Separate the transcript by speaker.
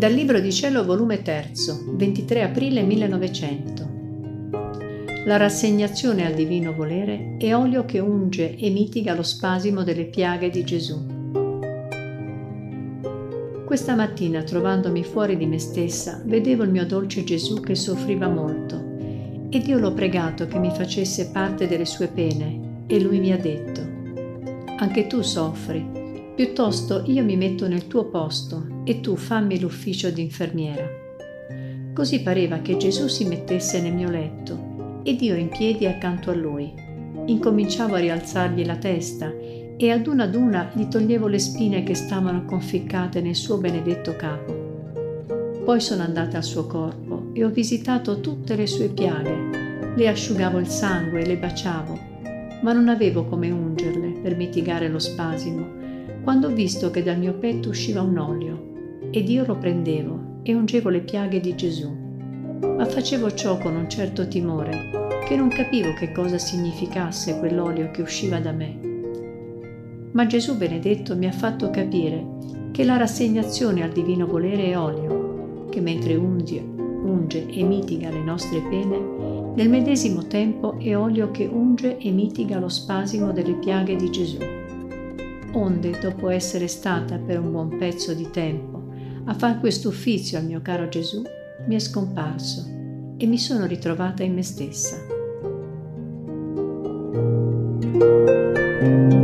Speaker 1: Dal Libro di Cielo, volume 3, 23 aprile 1900. La rassegnazione al divino volere è olio che unge e mitiga lo spasimo delle piaghe di Gesù. Questa mattina, trovandomi fuori di me stessa, vedevo il mio dolce Gesù che soffriva molto, ed io l'ho pregato che mi facesse parte delle sue pene, e lui mi ha detto: «Anche tu soffri, piuttosto io mi metto nel tuo posto e tu fammi l'ufficio di infermiera». Così pareva che Gesù si mettesse nel mio letto ed io in piedi accanto a lui. Incominciavo a rialzargli la testa e ad una gli toglievo le spine che stavano conficcate nel suo benedetto capo. Poi sono andata al suo corpo e ho visitato tutte le sue piaghe, le asciugavo il sangue e le baciavo, ma non avevo come ungerle per mitigare lo spasimo, quando ho visto che dal mio petto usciva un olio, ed io lo prendevo e ungevo le piaghe di Gesù. Ma facevo ciò con un certo timore, che non capivo che cosa significasse quell'olio che usciva da me. Ma Gesù benedetto mi ha fatto capire che la rassegnazione al divino volere è olio, che mentre unge e mitiga le nostre pene, nel medesimo tempo è olio che unge e mitiga lo spasimo delle piaghe di Gesù. Onde, dopo essere stata per un buon pezzo di tempo a far questo uffizio al mio caro Gesù, mi è scomparso e mi sono ritrovata in me stessa.